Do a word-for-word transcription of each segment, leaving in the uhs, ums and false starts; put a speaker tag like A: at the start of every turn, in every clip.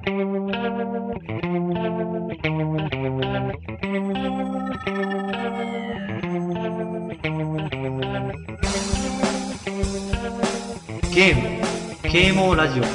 A: ゲーム、啓蒙ラジオ。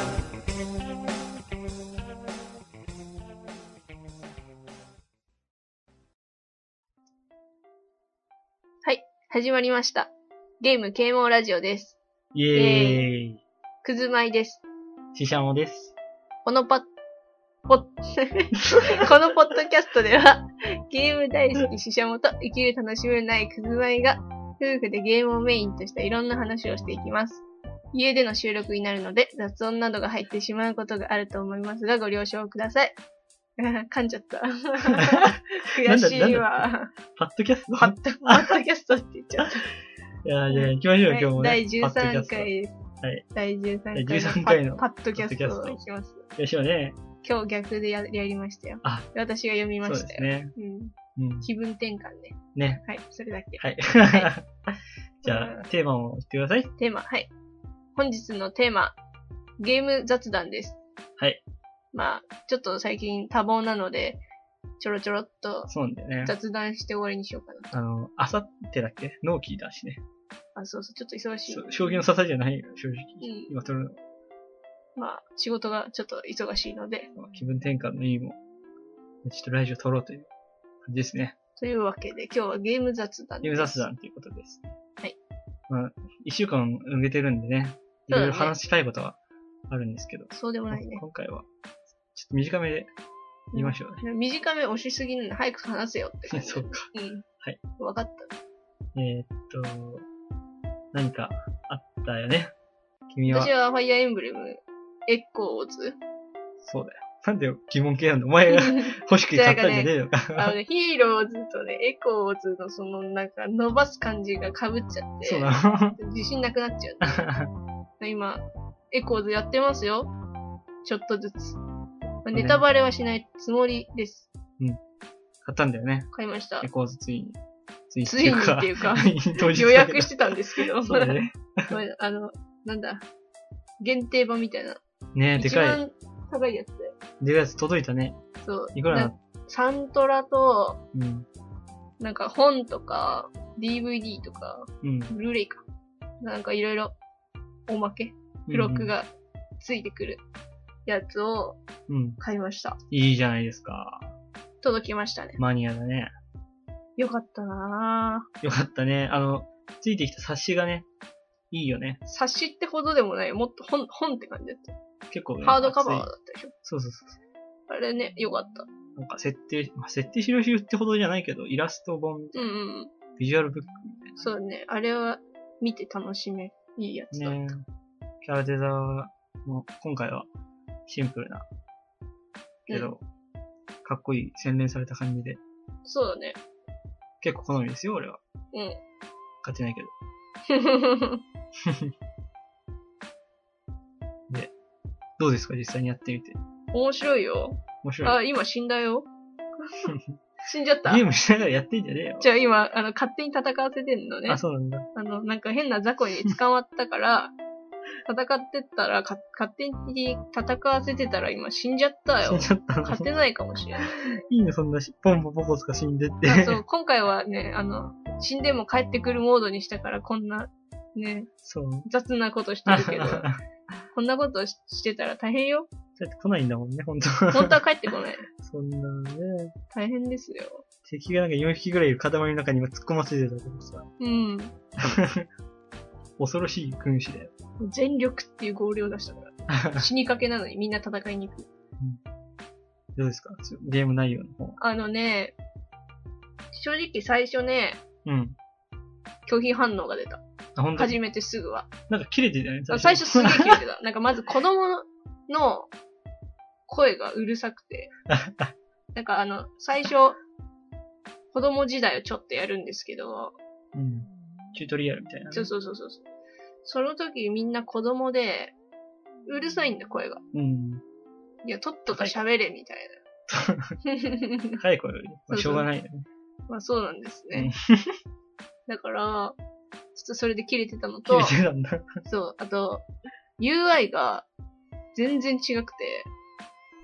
B: はい、始まりました。ゲーム啓蒙ラジオです。
A: イエーイ。
B: くずまいです。
A: ししゃもです。
B: このパッ、ポッ、このポッドキャストでは、ゲーム大好きししゃもと生きる楽しめないくずまいが、夫婦でゲームをメインとしたいろんな話をしていきます。家での収録になるので、雑音などが入ってしまうことがあると思いますが、ご了承ください。噛んじゃった。悔しいわ。
A: パッドキャスト
B: パッド、パッドキャストって言っちゃった。
A: いや、じゃあ行きましょう、今日もね。
B: だいじゅうさんかいです。
A: はい。
B: だいじゅうさんかいの
A: じゅうさんかいの
B: パッドキャストを行きます。
A: よいしょね。
B: 今日逆で や, やりましたよ。
A: あ、
B: 私が読みましたよ。
A: そうですね。
B: うん。
A: うん、
B: 気分転換ね。
A: ね。
B: はい、それだけ。
A: はい。
B: はい、
A: じゃあ、テーマを言ってください。
B: テーマ、はい。本日のテーマ、ゲーム雑談です。
A: はい。
B: まあ、ちょっと最近多忙なので、ちょろちょろっと雑談して終わりにしようかな。
A: あの、あさってだっけ納期だしね。
B: あ、そうそう、ちょっと忙しい。
A: 将棋の笹じゃないよ、正直。うん、今撮るの。
B: まあ、仕事がちょっと忙しいので。
A: 気分転換の意味も、ちょっとラジオ撮ろうという感じですね。
B: というわけで、今日はゲーム雑談です。
A: ゲーム雑談ということです。
B: はい。
A: まあ、一週間抜けてるんでね、いろいろ話したいことはあるんですけど。
B: そうでもないね。
A: 今回は、ちょっと短めで言いましょうね。
B: うん、短め押しすぎるので早く話せよって感じ。
A: そうか。
B: うん。
A: はい。
B: わかった。
A: えー、っと、何かあったよね。君は。
B: 私はファイアーエンブレム、エコーズ。
A: そうだよ。なんで疑問系なんだお前が欲しくて買ったんじゃねえのか。
B: あのね、ヒーローズとね、エコーズのそのなんか伸ばす感じが被っちゃって。
A: そうな
B: の自信なくなっちゃう。今、エコーズやってますよ。ちょっとずつ。ネタバレはしないつもりです。
A: うん。買ったんだよね。
B: 買いました。
A: エコーズついに。
B: ついにっていうか、予約してたんですけど。
A: そうだね。
B: あの、なんだ、限定版みたいな。
A: ねえ、でかい。
B: 一番高いやつで。
A: でかいやつ届いたね。
B: そう。
A: いくらな
B: サントラと、
A: うん、
B: なんか本とか、ディーブイディー とか、
A: うん、
B: ブルーレイか。なんかいろいろ、おまけ、付録がついてくるやつを買いました。
A: うん、いいじゃないですか。
B: 届きましたね。
A: マニアだね。
B: よかったなぁ。
A: よかったね。あの、ついてきた冊子がね、いいよね。
B: 冊子ってほどでもないよ。もっと本、本って感じだった。
A: 結構ね。
B: ハードカバーだったでしょ。
A: そうそうそう。
B: あれね、よかった。
A: なんか設定、まあ、設定資料集ってほどじゃないけど、イラスト本みたいな。うんうん。ビジュアルブックみたいな。
B: そうね。あれは見て楽しめ、いいやつだった。ね、
A: キャラデザも今回はシンプルな、けど、うん、かっこいい洗練された感じで。
B: そうだね。
A: 結構好みですよ、俺は。
B: うん。
A: 買ってないけど。で、どうですか実際にやってみて。
B: 面白いよ。
A: 面白い。
B: あ、今死んだよ。死んじゃった。
A: ゲームしながらやってんじゃねえよ。
B: じゃあ今、あの、勝手に戦わせてんのね。
A: あ、そうなんだ。
B: あの、なんか変な雑魚に捕まったから、戦ってったらか、勝手に戦わせてたら今死んじゃったよ。
A: 死んじゃったの。
B: 勝てないかもしれない。
A: いいね、そんなし、ポンポンポコツか死んでって。
B: あ、そう、今回はね、あの、死んでも帰ってくるモードにしたから、こんな、ね、
A: そう。
B: 雑なことしてるけど、こんなことししてたら大変よ。
A: 帰ってこないんだもんね、本当は。
B: 本当は帰ってこない。
A: そんなね。
B: 大変ですよ。
A: 敵がなんかよんひきぐらいいる塊の中に今突っ込ませてたけどさ。
B: うん。
A: 恐ろしい軍師だよ。
B: 全力っていう号令を出したから。死にかけなのにみんな戦いに行く。うん、
A: どうですかゲーム内容の方。
B: あのね、正直最初ね、
A: うん。
B: 拒否反応が出た。
A: あ、本当？
B: 初めてすぐは。
A: なんか切れてたね、
B: 最初。最初すげえ切れてた。なんかまず子供の声がうるさくて。なんかあの、最初、子供時代をちょっとやるんですけど。
A: うん。チュートリアルみたいな、ね。
B: そうそうそうそう。その時みんな子供で、うるさいんだ、声が。
A: うん。
B: いや、とっとと喋れ、みたい
A: な。高い声より、まあ、しょうがないよね。
B: まあそうなんですね。だから、ちょっとそれで切れてたのと、
A: 切れてたんだ。
B: そう、あと、ユーアイ が全然違くて、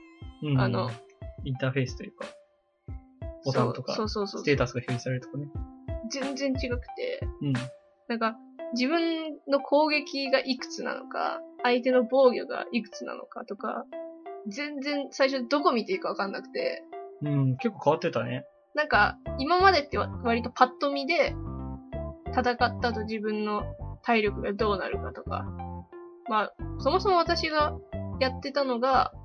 A: うん、
B: あの、
A: インターフェースというか、ボタンとか、
B: そうそうそうそう
A: ステータスが表示されるとかね。
B: 全然違くて、
A: うん。
B: なんか、自分の攻撃がいくつなのか、相手の防御がいくつなのかとか、全然最初どこ見ていいかわかんなくて、
A: うん、結構変わってたね。
B: なんか、今までって割とパッと見で、戦った後自分の体力がどうなるかとか、まあ、そもそも私がやってたのが、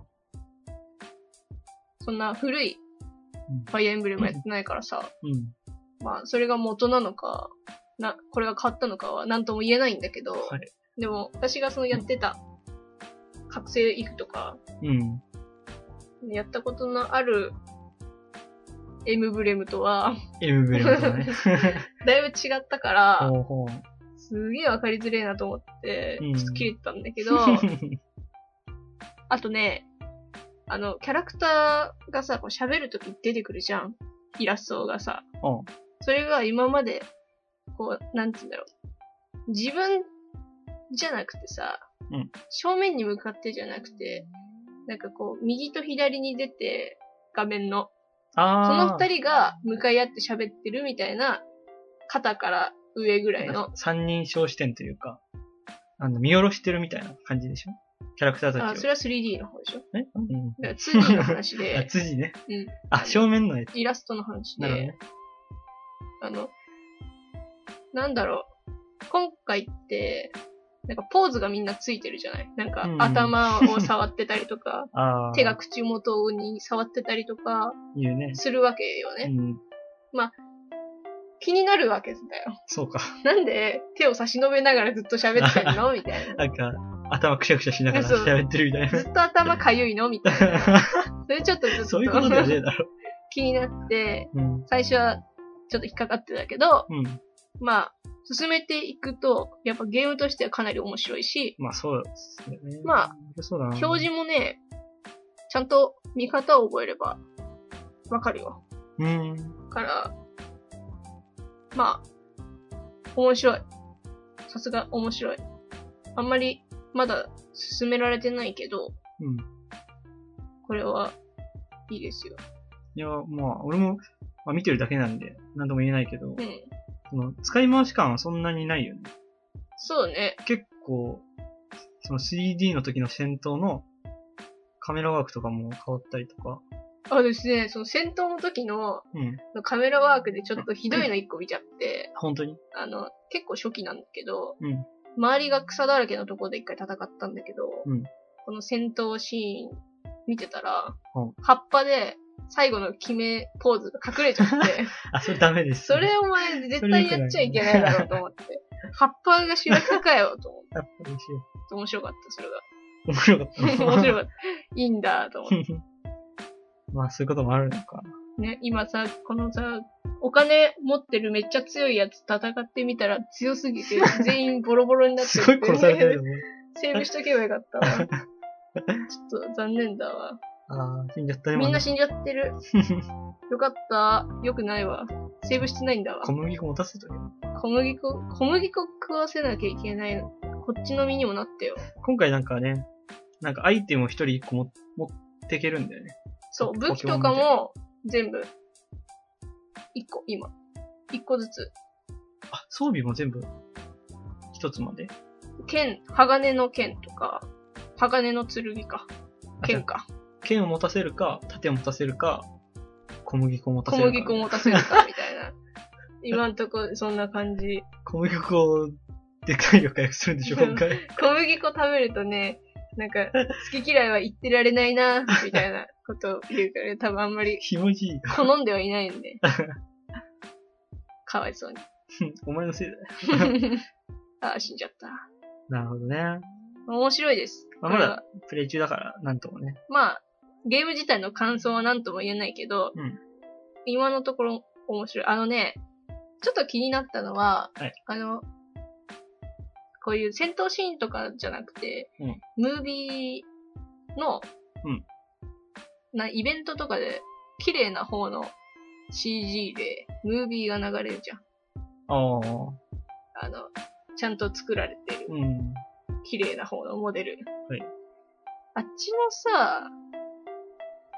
B: そんな古いファイアーエンブレムやってないからさ、
A: うん。
B: まあ、それが元なのか、な、これが変わったのかは何とも言えないんだけど、
A: はい。
B: でも、私がそのやってた、覚醒イフとか、
A: うん。
B: やったことのあるエムブレムとは、
A: エムブレムとかね。
B: だいぶ違ったから、
A: ほうほう。
B: すげえわかりづれえなと思って、
A: うん
B: ちょっと切れてたんだけど、あとね、あの、キャラクターがさ、こう喋るとき出てくるじゃん。イラストがさ。
A: うん。
B: それが今まで、こう、なんて言うんだろう。自分じゃなくてさ、
A: うん、
B: 正面に向かってじゃなくて、なんかこう、右と左に出て、画面の。
A: あ
B: その二人が向かい合って喋ってるみたいな、肩から上ぐらいの。
A: 三人称視点というか、あの、見下ろしてるみたいな感じでしょキャラクターたちを。
B: あ、それは スリーディー の方でしょ
A: えうん。
B: だから ツーディー の話で。
A: あ、ツーディー ね。
B: うん。
A: あ、正面のやつ。
B: イラストの話で。
A: なるほどね。
B: あの、なんだろう。今回って、なんかポーズがみんなついてるじゃないなんか頭を触ってたりとか、
A: あ
B: 手が口元に触ってたりとか、
A: 言うね。
B: するわけよね。
A: うん。
B: まあ、気になるわけだよ。
A: そうか。
B: なんで手を差し伸べながらずっと喋ってんのみたいな。
A: なんか、頭くしゃくしゃしながら喋ってるみたいな。
B: ずっと頭かゆいのみたいな。それちょっとずっと。
A: そういうことじゃねえだろ。
B: 気になって、
A: うん、
B: 最初はちょっと引っかかってたけど、
A: うん、
B: まあ、進めていくと、やっぱゲームとしてはかなり面白いし、
A: まあそうですよね。
B: まあ、
A: そうだな。
B: 表示もね、ちゃんと見方を覚えれば、わかるよ。
A: うん。
B: から、まあ、面白い。さすが面白い。あんまり、まだ進められてないけど、
A: うん。
B: これは、いいですよ。
A: いや、まあ、俺も、まあ、見てるだけなんで、なんとも言えないけど、
B: うん。
A: その使い回し感はそんなにないよね。
B: そうね。
A: 結構、その スリーディー の時の戦闘のカメラワークとかも変わったりとか。
B: あですね、その戦闘の時の、
A: うん、
B: カメラワークでちょっとひどいの一個見ちゃって、
A: 本当に
B: あの、結構初期なんだけど、
A: うん、
B: 周りが草だらけのところで一回戦ったんだけど、
A: うん、
B: この戦闘シーン見てたら、
A: うん、
B: 葉っぱで最後の決めポーズが隠れちゃって、
A: あ、それダメです、
B: それお前絶対やっちゃいけないだろうと思って、葉っぱが主役かよと思って。
A: やっぱり
B: 面白かった、それが。
A: 面白かった。
B: 面白かった。いいんだと思って。
A: まあそういうこともあるのか。
B: ね、今さ、このさ、お金持ってるめっちゃ強いやつ戦ってみたら強すぎて全員ボロボロになってて、
A: すごい殺されてるよね。
B: セーブしとけばよかったわ。ちょっと残念だわ。
A: ああ、死んじゃったね。
B: みんな死んじゃってる。よかった。よくないわ。セーブしてないんだわ。
A: 小麦粉持たせとけ。
B: 小麦粉、小麦粉食わせなきゃいけないの。こっちの身にもなってよ。
A: 今回なんかね、なんかアイテムを一人一個も持っていけるんだよね。
B: そう、武器とかも全部、一個、今。一個ずつ。
A: あ、装備も全部、一つまで
B: 剣、鋼の剣とか、鋼の剣か。剣か。
A: 剣を持たせるか、盾を持たせるか、小麦粉を持たせ
B: 小
A: るか。
B: 麦粉を持たせるか、みたいな。今んとこ、そんな感じ。
A: 小麦粉で体力回復するんでしょ、今回。
B: 小麦粉食べるとね、なんか、好き嫌いは言ってられないな、みたいなことを言うから、多分あんまり、
A: ひもじい。
B: 好んではいないんで。かわいそうに。
A: お前のせいだよ。
B: ああ、死んじゃった。
A: なるほどね。
B: 面白いです。
A: まあ、まだ、プレイ中だから、なんともね。
B: まあ、ゲーム自体の感想はなんとも言えないけど、
A: うん、
B: 今のところ面白い。あのね、ちょっと気になったのは、
A: はい、
B: あの、こういう戦闘シーンとかじゃなくて、
A: うん、
B: ムービーの、
A: うん、
B: なイベントとかで綺麗な方の シージー でムービーが流れるじゃん。
A: あ
B: あ。あの、ちゃんと作られてる。
A: うん。
B: 綺麗な方のモデル。
A: はい。
B: あっちのさ、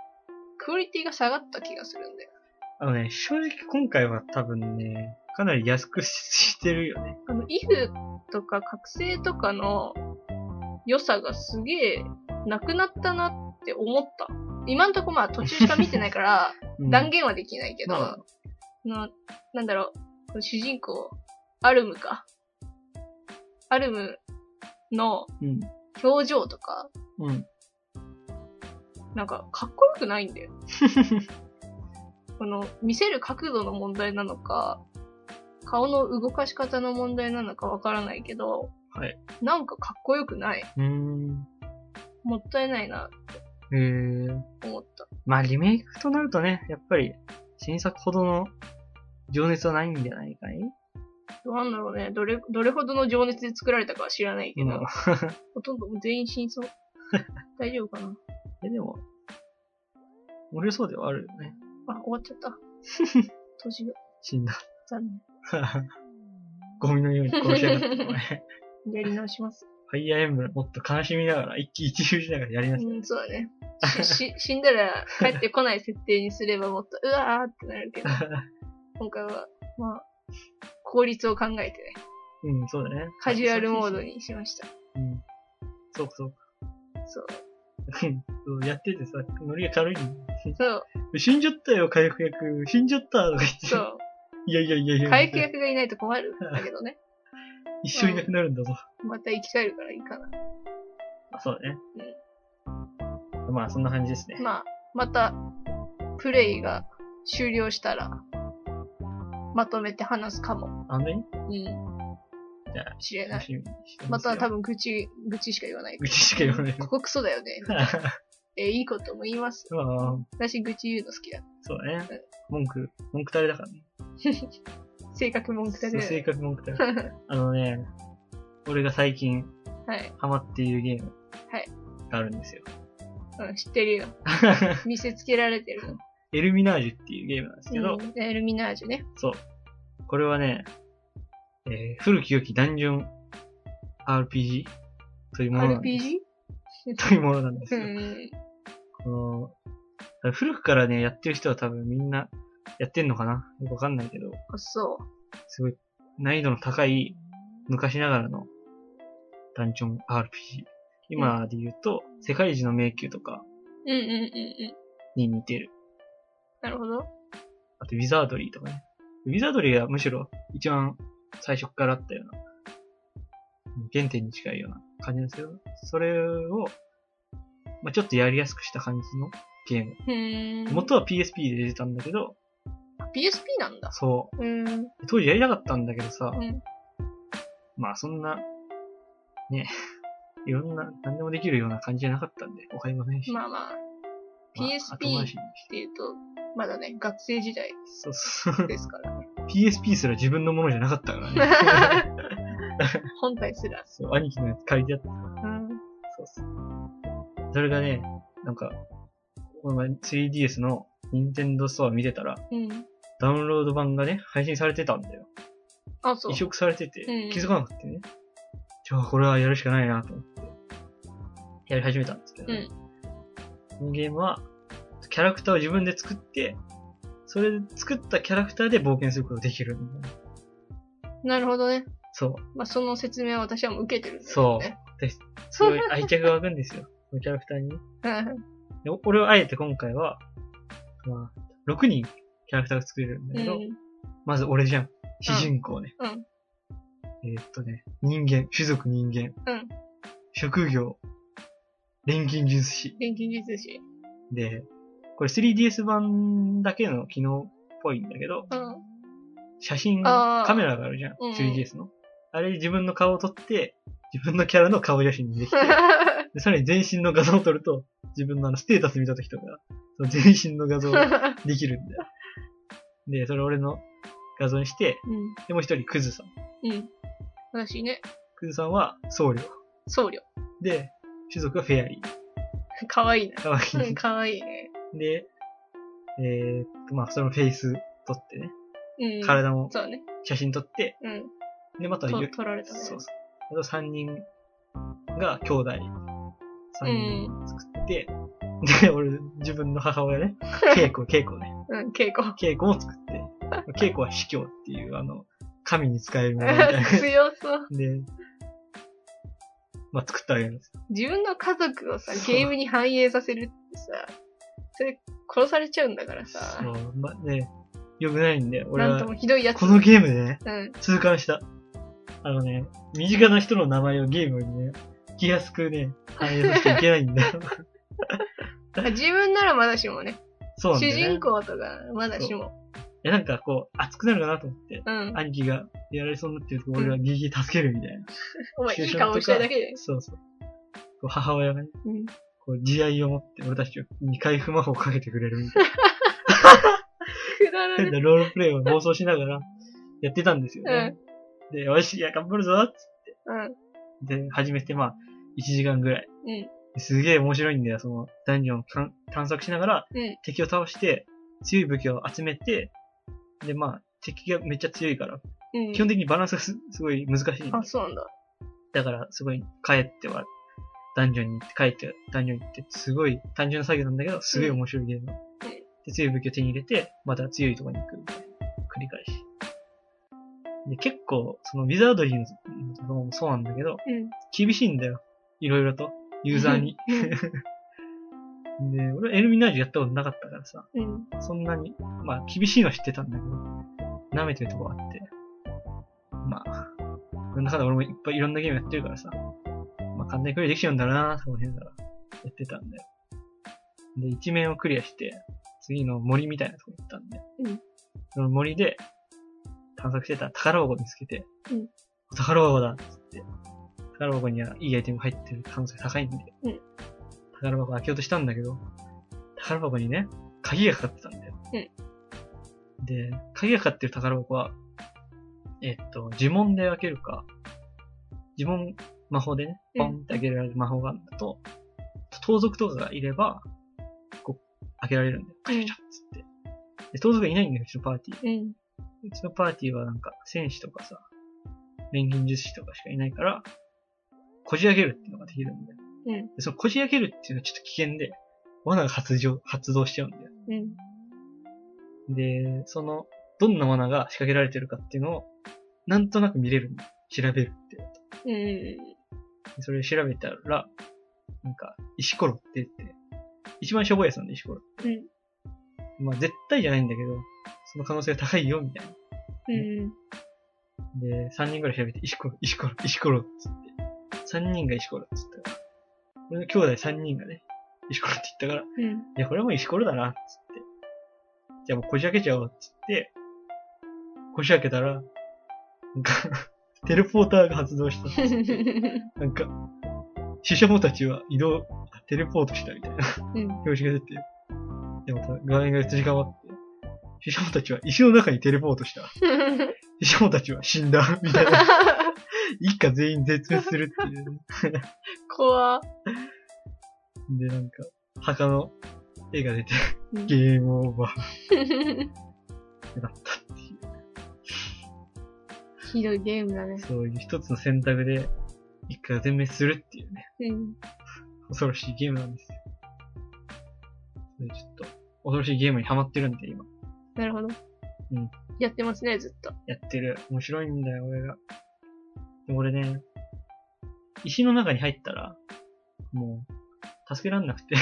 B: クオリティが下がった気がするんだよ。
A: あのね、正直今回は多分ね、かなり安くしてるよね。
B: あの、イフとか覚醒とかの良さがすげえなくなったなって思った。今んとこまあ途中しか見てないから、断言はできないけど、
A: まあ、
B: のなんだろう、主人公、アルムか。アルムの表情とか、
A: うん、
B: なんかかっこよくないんだよ。この見せる角度の問題なのか、顔の動かし方の問題なのかわからないけど、
A: はい、
B: なんかかっこよくない。
A: うーん、
B: もったいないなって
A: へー
B: 思った。
A: まあリメイクとなるとね、やっぱり新作ほどの情熱はないんじゃないかい？
B: どうなんだろうね。どれ、どれほどの情熱で作られたかは知らないけど、
A: うん、
B: ほとんど全員死にそう。大丈夫かな。
A: え、でも、面白そうではあるよね。
B: あ、終わっちゃった。年が。
A: 死んだ。
B: 残念。
A: ゴミのように殺しやがって、お前。
B: やり直します。
A: ファイアーエンブレムもっと悲しみながら、一喜一憂しながらやりなさい。
B: うん、そうだね。し、し、死んだら帰ってこない設定にすればもっと、うわーってなるけど、今回は、まあ、効率を考えてね。
A: うん、そうだね。
B: カジュアルモードにしました。
A: うん。そうそう。
B: そう。
A: そうやっててさ、ノリが軽いの。
B: そう。
A: 死んじゃったよ、回復役。死んじゃったとか言って。
B: そう。
A: いやいやいやいや。
B: 回復役がいないと困るんだけどね。
A: 一生いなくなるんだぞ。
B: また生き返るからいいかな。
A: あ、そうだね。うん。まあ、そんな感じですね。
B: まあ、また、プレイが終了したら、まとめて話すかも。
A: あんなに？
B: うん。
A: じゃあ、
B: 知れない。
A: 楽しみにして
B: また多分愚痴、愚痴しか言わない。
A: 愚痴しか言わない。
B: ここクソだよね。え、いいことも言います。
A: まあ、
B: 私愚痴言うの好きだ。
A: そうだね。文句、文句垂れだからね。
B: 性格文句垂れ。
A: 性格文句垂れ。あのね、俺が最近、
B: はい。
A: ハマっているゲーム。
B: はい。
A: があるんですよ。
B: うん、知ってるよ。見せつけられてるの。
A: エルミナージュっていうゲームなんですけど、
B: うん、エルミナージュね。
A: そう。これはね、えー、古き良きダンジョン アールピージー というものなんです。
B: アールピージー?
A: というものなんですよ。
B: うん。
A: この古くからね、やってる人は多分みんなやってんのかなよくわかんないけど、
B: あ、そう。
A: すごい難易度の高い昔ながらのダンジョン アールピージー。今で言うと、うん、世界一の迷宮とか
B: うんうんうんうん
A: に似てる。
B: なるほど。
A: あとウィザードリーとかね。ウィザードリーはむしろ一番最初からあったような原点に近いような感じなんですけど、それを、まあ、ちょっとやりやすくした感じのゲーム。
B: うーん
A: 元は ピーエスピー で出てたんだけど、
B: ピーエスピー なんだ。
A: そう。
B: うん。
A: 当時やりたかったんだけどさ、
B: うん、
A: まあそんな、ね、いろんな、何でもできるような感じじゃなかったんで、お買いもないし。
B: まあまあ、ピーエスピー って言うと、まだね、学生時代
A: そうそう
B: ですから。
A: ピーエスピー すら自分のものじゃなかったからね。
B: 本体すら。
A: そう、兄貴のやつ借りてやった。
B: うん。
A: そうそう。それがね、なんか、この前 スリーディーエス の任天堂ストア見てたら、
B: うん、
A: ダウンロード版がね、配信されてたんだよ。
B: あ、そう。
A: 移植されてて、
B: うん、
A: 気づかなくてね。じゃあこれはやるしかないなと思って、やり始めたんですけど、ね、うん、このゲームは、キャラクターを自分で作って、それで作ったキャラクターで冒険することができるんだよ。
B: なるほどね。
A: そう。
B: まあ、その説明は私はもう受けてるんだよね。
A: そう。すごい愛着が湧くんですよ。このキャラクターに。で俺はあえて今回は、まあ、ろくにんキャラクターが作れるんだけど、うん、まず俺じゃん。主人公ね。
B: うんうん、
A: えー、っとね、人間、種族人間。
B: うん、
A: 職業、錬金術師。
B: 錬金術師。
A: で、これ スリーディーエス 版だけの機能っぽいんだけど、
B: うん、
A: 写真、カメラがあるじゃん、うん、スリーディーエス の。あれで自分の顔を撮って、自分のキャラの顔写真にできて、でさらに全身の画像を撮ると、自分のあのステータス見た時とか、その全身の画像ができるんだよ。で、それ俺の画像にして、
B: うん、
A: で、もう一人クズさん。
B: うん。私ね。
A: クズさんは僧侶。
B: 僧侶。
A: で、種族はフェアリー。
B: かわいいね。
A: かわいい。
B: うん、かわいいね。
A: で、えー、っと、まあ、そのフェイス撮ってね。
B: うん。
A: 体も
B: そうね。
A: 写真撮って、
B: うん。
A: で、また
B: 撮られたね。
A: そうそう。あとさんにんが兄弟さんにん作って、 で、俺、自分の母親ね、稽古、稽古ね。
B: うん、稽古。
A: 稽古も作って、稽古は司教っていう、あの、神に使えるものみたいな。
B: 強そう。
A: で、まあ、作ってあげるんですよ。
B: 自分の家族をさ、ゲームに反映させるってさ、それ殺されちゃうんだからさ。
A: そう、まあね、よくないんだよ。俺は、
B: なんともひどいやつ。
A: このゲームでね、
B: うん、
A: 痛感した。あのね、身近な人の名前をゲームにね、気安くね、反映させちゃいけないんだよ。
B: 自分ならまだしもね。
A: そうなんだよね。
B: 主人公とかまだしも。
A: いや、なんかこう、熱くなるかなと思って。
B: うん。
A: 兄貴がやられそうになってると、俺がギリギリ助けるみたいな。
B: お前、いい顔したいだけで。
A: そうそう。こう母親がね、
B: うん、
A: こう慈愛を持って俺たちに回復魔法をかけてくれるみたいな。
B: くだらね。
A: 変なロールプレイを妄想しながらやってたんですよね。うん、で、よし、いや、頑張るぞっつって。うん、で、始めてまあ、いちじかんぐらい。うん、すげえ面白いんだよ、その、ダンジョンを探索しながら、うん、敵を倒して、強い武器を集めて、で、まあ、敵がめっちゃ強いから、うん、基本的にバランスが す, すごい難しいんだ。
B: あ、そうなんだ。
A: だから、すごい、帰っては、ダンジョンに行って、帰って、ダンジョンに行って、すごい単純な作業なんだけど、すごい面白いゲーム。うん、で、強い武器を手に入れて、また強いところに行くみたいな。繰り返し。で、結構、その、ウィザードリーのところもそうなんだけど、うん、厳しいんだよ。いろいろと。ユーザーに。で、俺はエルミナージュやったことなかったからさ、うん、そんなに、まあ、厳しいのは知ってたんだけど、舐めてるとこあって、まあ、なんだかんだ俺もいっぱいいろんなゲームやってるからさ、まあ、簡単にクリアできちゃうんだなぁと思いながらやってたんだよ。で、一面をクリアして、次の森みたいなとこ行ったんで、うん、その森で探索してたら宝箱を見つけて、うん、宝箱だっつって、宝箱にはいいアイテム入ってる可能性が高いんで、うん、宝箱開けようとしたんだけど、宝箱にね、鍵がかかってたんだよ。うん、で、鍵がかかってる宝箱は、えっと、呪文で開けるか、呪文、魔法でね、ポンって開けられる魔法があるんだと、うん、盗賊とかがいれば、こう、開けられるんだよ。カチャカチャっつって。で、盗賊がいないんだよ、うちのパーティー。うん、うちのパーティーはなんか、戦士とかさ、錬金術師とかしかいないから、こじ開けるっていうのができるんだよ。うん、でそのこじ開けるっていうのはちょっと危険で、罠が発動、発動しちゃうんだよ。うん、で、その、どんな罠が仕掛けられてるかっていうのを、なんとなく見れるんだよ。調べるっていうと。うん、それを調べたら、なんか、石ころって言って、一番しょぼいやつなんで石ころって。うん、まあ絶対じゃないんだけど、その可能性が高いよ、みたいな。うん、で、三人ぐらい調べて、石ころ、石ころ、石ころっつって。三人が石ころっつったから。俺の兄弟三人がね、石ころって言ったから、うん、いや、これはもう石ころだな、っつって。じゃあもうこじ開けちゃおう、つって、こじ開けたら、なんか、テレポーターが発動した。なんか、死者者たちは移動、テレポートしたみたいな、うん、表示が出て、でまた画面が移り変わって、死者者たちは石の中にテレポートした。死者者たちは死んだ、みたいな。一家全員絶滅するっていう。
B: 怖
A: で、なんか、墓の絵が出て、うん、ゲームオーバー。だったっていう。
B: ひどいゲームだね。
A: そういう一つの選択で、一家が全滅するっていうね。うん。恐ろしいゲームなんですよ。それちょっと、恐ろしいゲームにハマってるんで、今。
B: なるほど。うん。やってますね、ずっと。
A: やってる。面白いんだよ、俺が。でも俺ね、石の中に入ったら、もう、助けらんなくて。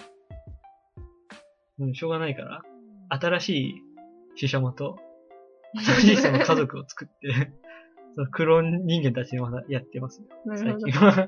A: もうしょうがないから、新しい死者魔と、新しいその家族を作って、そのクローン人間たちでまだやってますよ。最近は。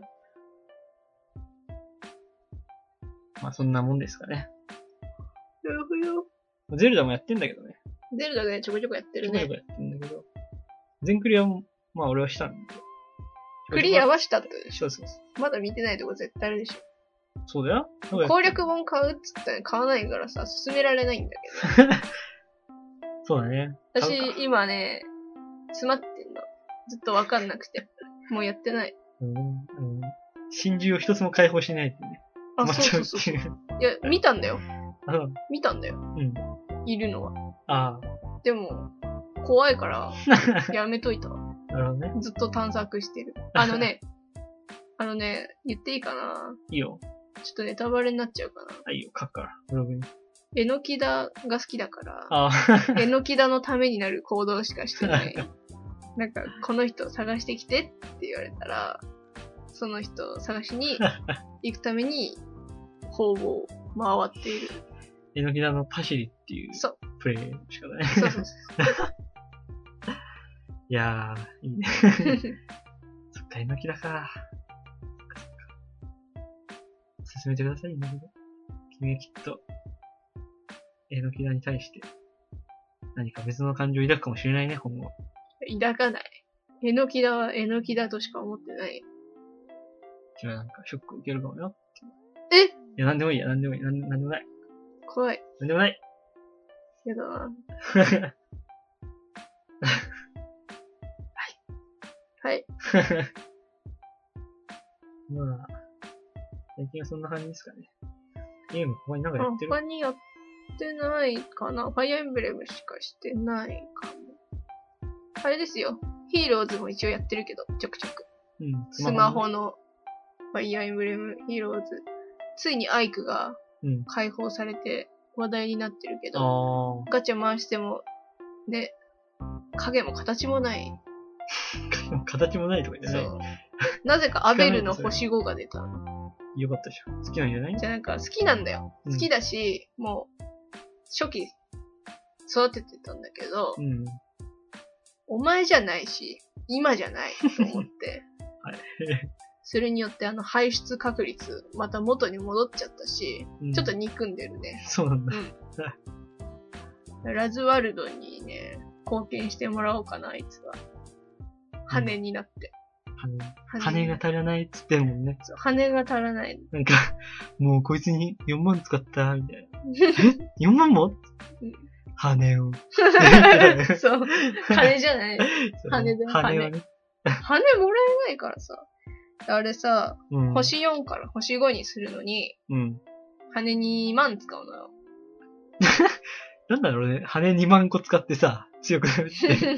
A: まあそんなもんですかね。
B: なるほ
A: ど。ゼルダもやってんだけどね。
B: ゼルダでちょこちょこやってるね。
A: ちょこちょこやってんだけど。全クリアも、まあ俺はしたんで。
B: クリアはしたってことでしょ。
A: そうそうそう。
B: まだ見てないとこ絶対あるでしょ。
A: そうだよ。
B: 攻略本買うっつったら買わないからさ、進められないんだけど。
A: そうだね。
B: 私、今ね、詰まってんの。ずっとわかんなくて。もうやってない。
A: うん。うん。真珠を一つも解放しないってね。
B: あ、そうそうそう。いや、見たんだよ。うん。見たんだよ。うん。いるのは。ああ。でも、怖いから、やめといた。
A: なるほどね。
B: ずっと探索してる。あのね、あのね、言っていいかな？
A: いいよ。
B: ちょっとネタバレになっちゃうかな。
A: あ、いいよ、書くから、ブログに。
B: えのきだが好きだから、
A: あ
B: えのきだのためになる行動しかしてない。なんか、この人を探してきてって言われたら、その人を探しに行くために、方々を回っている。
A: えのきだのパシリっていうプレイしかない。
B: そうそうそう。
A: いやー、いいね。そっか、えのきだか。そっかそっか。進めてください、えのきだ。君はきっと、えのきだに対して、何か別の感情を抱くかもしれないね、今後。
B: 抱かない。えのきだはえのきだとしか思ってない。
A: じゃあなんかショックを受けるかもよ。
B: え？
A: いや、なんでもいいや、なんでもいい。なん、なんでもない。
B: 怖い。
A: なんでもない。
B: やだな。はい。
A: まあ、最近はそんな感じですかね。ゲーム他になんかやってる？
B: 他にやってないかな。ファイアーエンブレムしかしてないかも。あれですよ。ヒーローズも一応やってるけど、ちょくちょく。
A: うん。
B: スマホのファイアーエンブレムヒーローズ。ついにアイクが解放されて話題になってるけど、うん、ガチャ回しても、ね、影も形もない。
A: 形もないとかじゃない。
B: そう。なぜかアベルの星ごが出た。
A: よかったでしょ。好きなんじゃない？
B: じゃあなんか好きなんだよ。好きだし、うん、もう、初期育ててたんだけど、うん、お前じゃないし、今じゃないと思って。はい。それによってあの排出確率、また元に戻っちゃったし、うん、ちょっと憎んでるね。
A: そうなんだ。
B: うん。ラズワルドにね、貢献してもらおうかな、あいつは。羽になって。
A: 羽。羽が足らないっつってるもんね。
B: そう、羽が足らない。
A: なんか、もうこいつによんまん使った、みたいな。え ?よん 万も、うん、羽を。
B: そう。羽じゃない。羽で羽。羽はね。羽もらえないからさ。あれさ、うん、星よんから星ごにするのに、うん、羽にまん使うのよ。
A: なんだろうね。羽にまんこ使ってさ、強くなるって。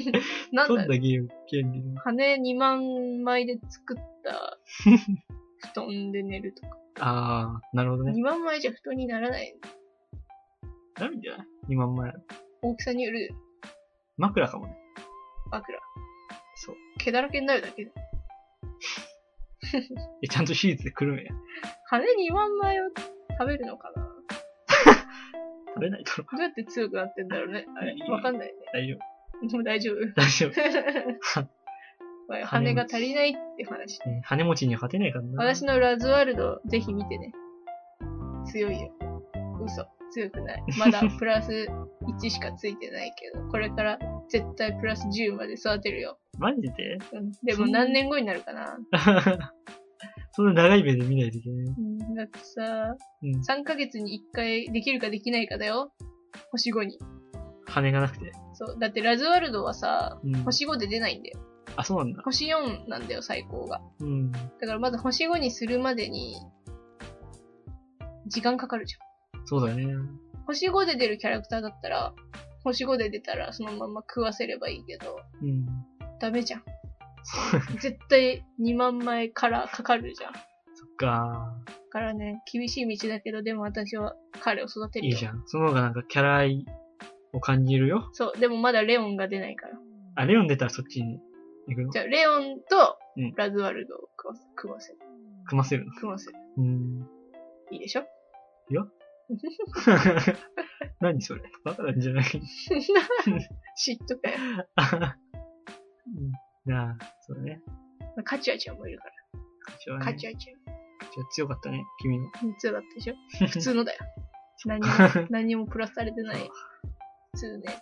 A: なんだろう。どんなゲーム権利の
B: 羽にまんまいで作った布団で寝るとか。
A: あー、なるほどね。
B: にまんまいじゃ布団にならない。
A: なるんじゃない ?に 万枚。
B: 大きさによる。
A: 枕かもね。
B: 枕。
A: そう。
B: 毛だらけになるだけだ。
A: え、ちゃんとシーツでくるめや。
B: 羽にまんまいを食べるのかな
A: 食べないだろ。
B: どうやって強くなってんだろうね。あれ、わかんないね。
A: 大丈夫。
B: もう大丈夫。
A: 大丈夫。
B: 羽が足りないって話。
A: ね、羽持ちには勝てないからな。
B: 私のラズワルド、ぜひ見てね。強いよ。嘘。強くない。まだプラスいちしかついてないけど、これから絶対プラスじゅうまで育てるよ。
A: マジで？
B: うん。でも何年後になるかな。
A: そんな長い目で見ないといけない。う
B: ん、だってさ、うん、さんかげつにいっかいできるかできないかだよ。星ごに。
A: 羽がなくて。
B: そう。だってラズワルドはさ、うん、星ごで出ないんだよ。
A: あ、そうなんだ。
B: 星よんなんだよ、最高が。
A: うん。
B: だからまず星ごにするまでに、時間かかるじゃん。
A: そうだね。
B: 星ごで出るキャラクターだったら、星ごで出たらそのまま食わせればいいけど、うん。ダメじゃん。絶対にまんまいからかかるじゃん。
A: そっかー。
B: だからね、厳しい道だけど、でも私は彼を育てるよ。
A: いいじゃん。その方がなんかキャラ愛を感じるよ。
B: そう、でもまだレオンが出ないから。
A: あ、レオン出たらそっちに行くの？
B: じゃあ、レオンとラズワルドを組ませる。
A: 組ませるの？
B: 組ませる。
A: うん。
B: いいでしょ？
A: いや何それ？バカなんじゃない？
B: 嫉妬かよ。
A: うん、なあ、そうね。
B: カチュアちゃんもいるから。
A: カチュアね。
B: カチュアちゃん。
A: カチュア強かったね、君の。
B: 強かったでしょ？普通のだよ。何も、何もプラスされてない。普通のやつ。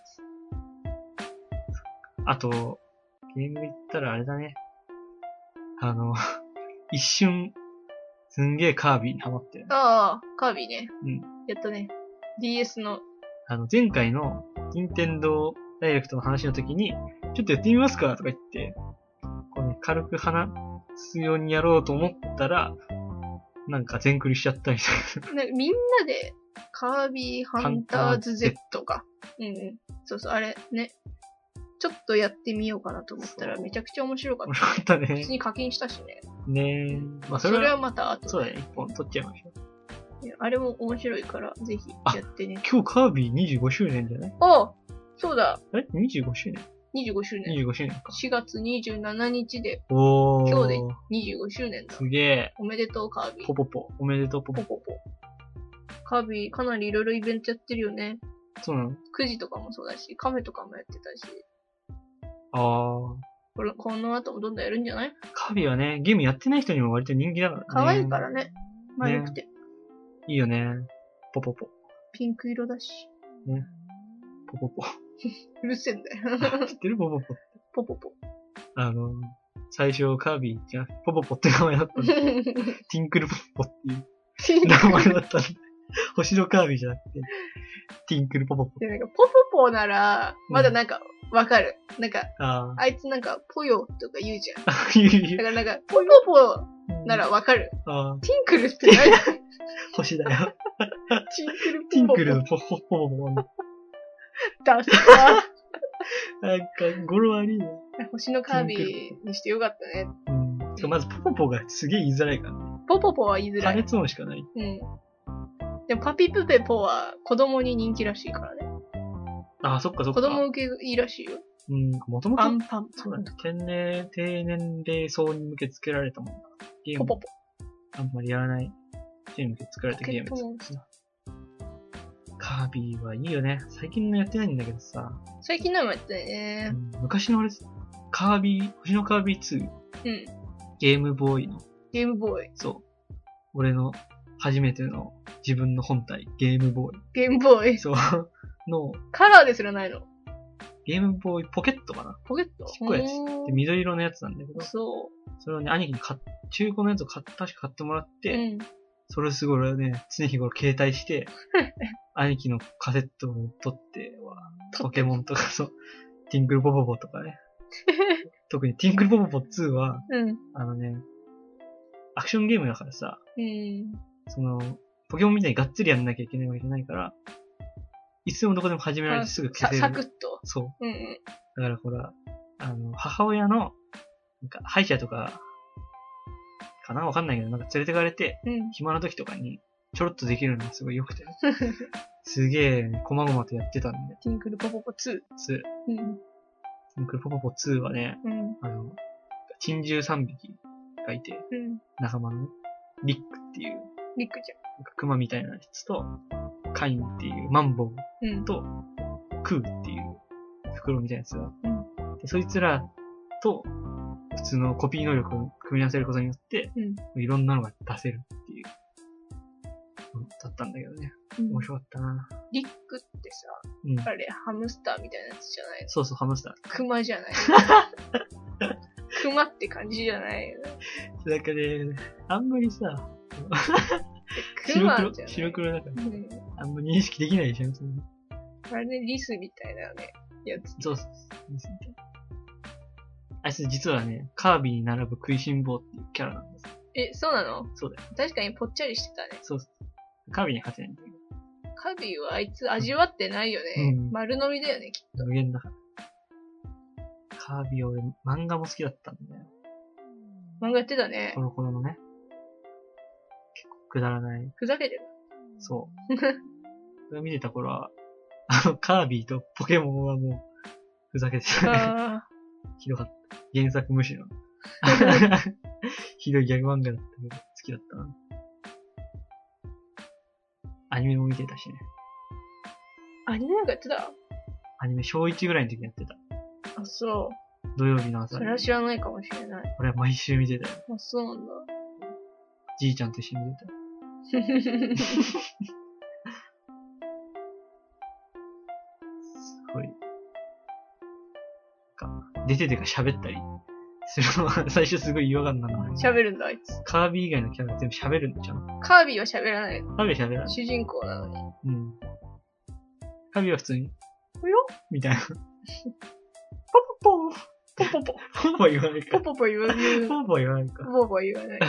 A: あと、ゲームで言ったらあれだね。あの、一瞬、すんげえカービィにハマってる。
B: ああ、カービィね。
A: うん。
B: やったね。ディーエス の。
A: あの、前回の、任天堂ダイレクトの話の時に、ちょっとやってみますかとか言って、こうね、軽く話すようにやろうと思ったら、なんか全クリしちゃったみたいな。
B: みんなで、カービィハンターズ Z か。うんうん。そうそう、あれね。ちょっとやってみようかなと思ったらめちゃくちゃ面白かった。
A: 面白かったね。
B: 普通に課金したしね。
A: ねえ。
B: まあそれは、それはまた後で。
A: そうだね。一本取っちゃいましょう。
B: あれも面白いから、ぜひやってね。
A: 今日カービィにじゅうごしゅうねんじゃない？
B: ああそうだ。
A: え ?にじゅうごしゅうねん ?
B: にじゅうごしゅうねん。
A: にじゅうごしゅうねんか。
B: しがつにじゅうしちにちで、
A: おー。
B: 今日でにじゅうごしゅうねんだ。
A: すげえ。
B: おめでとう、カービィ。
A: ポポポ。おめでとう、ポポポ。
B: ポポポ。カービィ、かなりいろいろイベントやってるよね。
A: そうなの？
B: くじとかもそうだし、カフェとかもやってたし。
A: あー。
B: これ、この後もどんどんやるんじゃない？
A: カービィはね、ゲームやってない人にも割と人気だからね。
B: 可愛いからね。丸くて、ね。
A: いいよね。ポポポ。
B: ピンク色だし。
A: ね。ポポポ。
B: うるせえんだよ。
A: 知ってるポポポって。
B: ポポポ。
A: あの、最初カービィじゃポポポって名前だったんで。ティンクルポポポっていう名前だったんで。星のカービィじゃなくて、ティンクルポポポ。
B: で、なんか、ポポポなら、まだなんか、わかる。なんか、
A: あ,
B: あいつなんか、ぽよとか言うじゃん。
A: 言う言う。
B: だからなんか、ポポポならわかる。
A: あ
B: ティンクルって何？
A: 星だよ。
B: ティンクルポポポ。
A: ティンクルのポポポポポ。
B: ダサ
A: ー。なんか、語呂悪いね。
B: 星のカービィにしてよかったね。
A: うん。まず、ポポポがすげえ言いづらいからね。
B: ポポポは言いづらい。
A: 破裂音しかない。
B: うん。でも、パピプペポは子供に人気らしいからね。
A: ああ、そっかそっか。
B: 子供受けいいらしいよ。
A: うん、もともと。
B: パンパン。
A: そうなんだ。低年、低年齢層に向け作られたもんだ。ゲーム。
B: ポポポ。
A: あんまりやらない人に向け作られたゲームです。カービィはいいよね。最近のやってないんだけどさ。
B: 最近のもやってないね、
A: うん。昔のあれ、カービィ、星のカービィツー。うん。ゲームボーイの。
B: ゲームボーイ。
A: そう。俺の初めての自分の本体、ゲームボーイ。
B: ゲームボーイ。
A: そう。の。
B: カラーですらないの？
A: ゲームボーイポケットかな？
B: ポケット？
A: ちっこいやつ。で、緑色のやつなんだけど。
B: そう。
A: それをね、兄貴に買っ、中古のやつを買った、確か買ってもらって、うん、それをすごい俺はね、常日頃携帯して、兄貴のカセットを取っては、ポケモンとかそう、ティンクルポポポとかね。特にティンクルポポポツーは、うん、あのね、アクションゲームだからさ、うん、その、ポケモンみたいにがっつりやんなきゃいけないわけじゃないから、いつでもどこでも始められてすぐ消せる。
B: サクッと。
A: そう。うんうん、だからほら、あの、母親の、なんか、歯医者とか、かなわかんないけど、なんか連れてかれて、うん、暇な時とかに、ちょろっとできるのがすごい良くて。すげえ、ね、こまごまとやってたんで。
B: ティンクルポポポツー。
A: ツー。うん。ティンクルポポポツーはね、うん、あの、珍獣さんびきがいて、うん、仲間のね、リックっていう。
B: リックじゃん。
A: なんかクマみたいなやつと、カインっていうマンボウと、うん、クーっていう袋みたいなやつが、うん、でそいつらと、普通のコピー能力を組み合わせることによって、うん、いろんなのが出せるっていう、だったんだけどね。面白かったな。
B: リックってさ、うん、あれ、ハムスターみたいなやつじゃないの？
A: そうそう、ハムスター。
B: クマじゃないクマって感じじゃないよね。
A: なんかね、あんまりさ、
B: クマじゃない。
A: 白黒だから、うん、あんま認識できないでしょ、そんな。
B: あれね、リスみたいなね、やつ。
A: そうそう、リスみたいな。あいつ実はね、カービィに並ぶ食いしん坊っていうキャラなんです。
B: え、そうなの？
A: そうだよ。
B: 確かにぽっちゃりしてたね。
A: そうそう。カービィに勝てないんだけど。
B: カービィはあいつ味わってないよね。うん、丸飲みだよね、きっと。
A: 無限だから。カービィ俺、漫画も好きだったんだよ。
B: 漫画やってたね。
A: コロコロのね。結構くだらない。
B: ふざけてる。
A: そう。それを見てた頃は、あの、カービィとポケモンはもう、ふざけてたね。ひどかった。原作無視の。ひどいギャグ漫画だったけど、好きだったな。アニメも見てたしね。
B: アニメなんかやってた？
A: アニメ小いちぐらいの時にやってた。
B: あ、そう。
A: 土曜日の朝。
B: それは知らないかもしれない。
A: 俺は毎週見てたよ。
B: あ、そうなんだ。
A: じいちゃんと一緒に見てた。すごい。か、出ててか喋ったりするのは最初すごい違和感なの。
B: 喋るんだ、あいつ。
A: カービィ以外のキャラ全部喋るんじゃん。
B: カービィは喋らない。
A: カービィは喋らない。
B: 主人公なのに。うん。
A: カービィは普通に、
B: およ
A: みたいな。
B: ポポポポポポ。
A: ポポ言わないか。
B: ポポポ言わない。
A: ポポ言わないか。
B: ポポ言わない。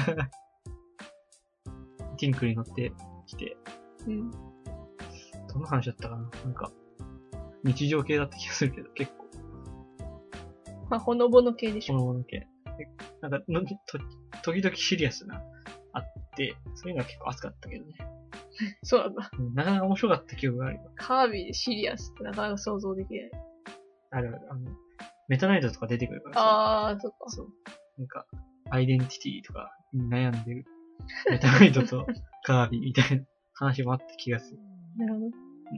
A: ティンクに乗ってきて。うん。どんな話だったかな？なんか、日常系だった気がするけど、結構。
B: まあ、ほのぼの系でしょ。
A: ほのぼの系。なんかのと、時々シリアスな、あって、そういうのは結構熱かったけどね。
B: そうなんだ。
A: なかなか面白かった記憶があるよ。
B: カービィでシリアスってなかなか想像できない。
A: あるある。あの、メタナイトとか出てくるからさ。
B: ああ、そっか。
A: そう。なんか、アイデンティティとかに悩んでる。メタナイトとカービィみたいな話もあった気がする。
B: なるほど。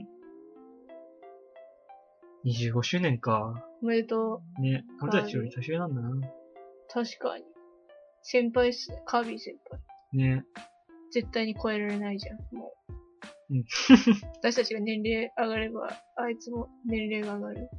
A: にじゅうごしゅうねんか。
B: おめでと
A: う。ね。俺たちより年上なんだな。
B: 確かに。先輩っすね。カービィ先輩。
A: ね。
B: 絶対に超えられないじゃん。もう。
A: うん。
B: 私たちが年齢上がれば、あいつも年齢が上がる。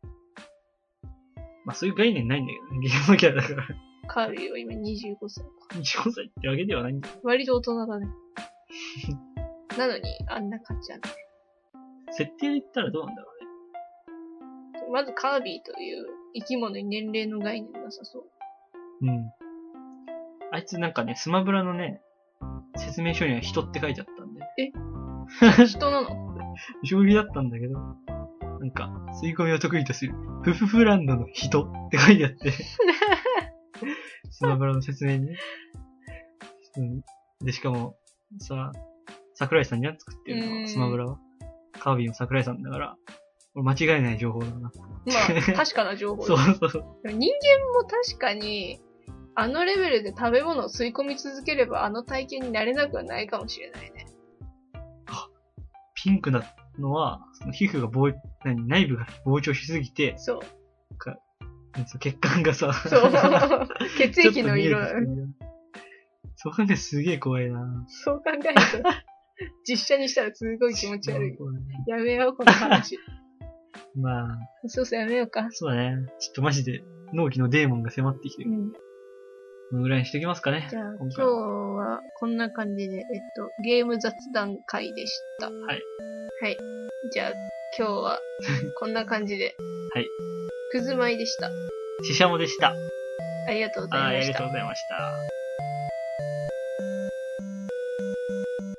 A: まあそういう概念ないんだけどね。ゲームキャラだから。
B: カービィは今にじゅうごさいか。
A: にじゅうごさいってわけではないんだよ。
B: 割と大人だね。なのに、あんな感じなんだね。
A: 設定で言ったらどうなんだろう
B: ね。まずカービィという生き物に年齢の概念なさそう。
A: うん。あいつなんかね、スマブラのね、説明書には人って書いてあったんで。
B: え人なの
A: 衝撃だったんだけど、なんか、吸い込みを得意とする、フフフランドの人って書いてあって、スマブラの説明にね。うん、で、しかも、さ、桜井さんにゃ作ってるのは、スマブラは。カービィの桜井さんだから、これ間違いない情報だな。ま
B: あ、確かな情報
A: だ。そうそうそう。
B: 人間も確かに、あのレベルで食べ物を吸い込み続ければあの体験になれなくはないかもしれないね。
A: あ、ピンクなのは、その皮膚が膨、何、内部が膨張しすぎて、
B: そう。
A: か血管がさ、
B: そう。血液の色。
A: そう考えすげえ怖いな。
B: そう考えると、実写にしたらすごい気持ち悪い。やめよう、この話。
A: まあ。
B: そうそう、やめようか。
A: そうだね。ちょっとマジで、納期のデーモンが迫ってきてる。うん。このぐらいにしておきますかね。
B: じゃあ、今日はこんな感じで、えっと、ゲーム雑談会でした。はい。はい。じゃあ、今日はこんな感じで。
A: はい。
B: くずまいでした。
A: ししゃもでした。
B: ありがとうございました。
A: ありがとうございました。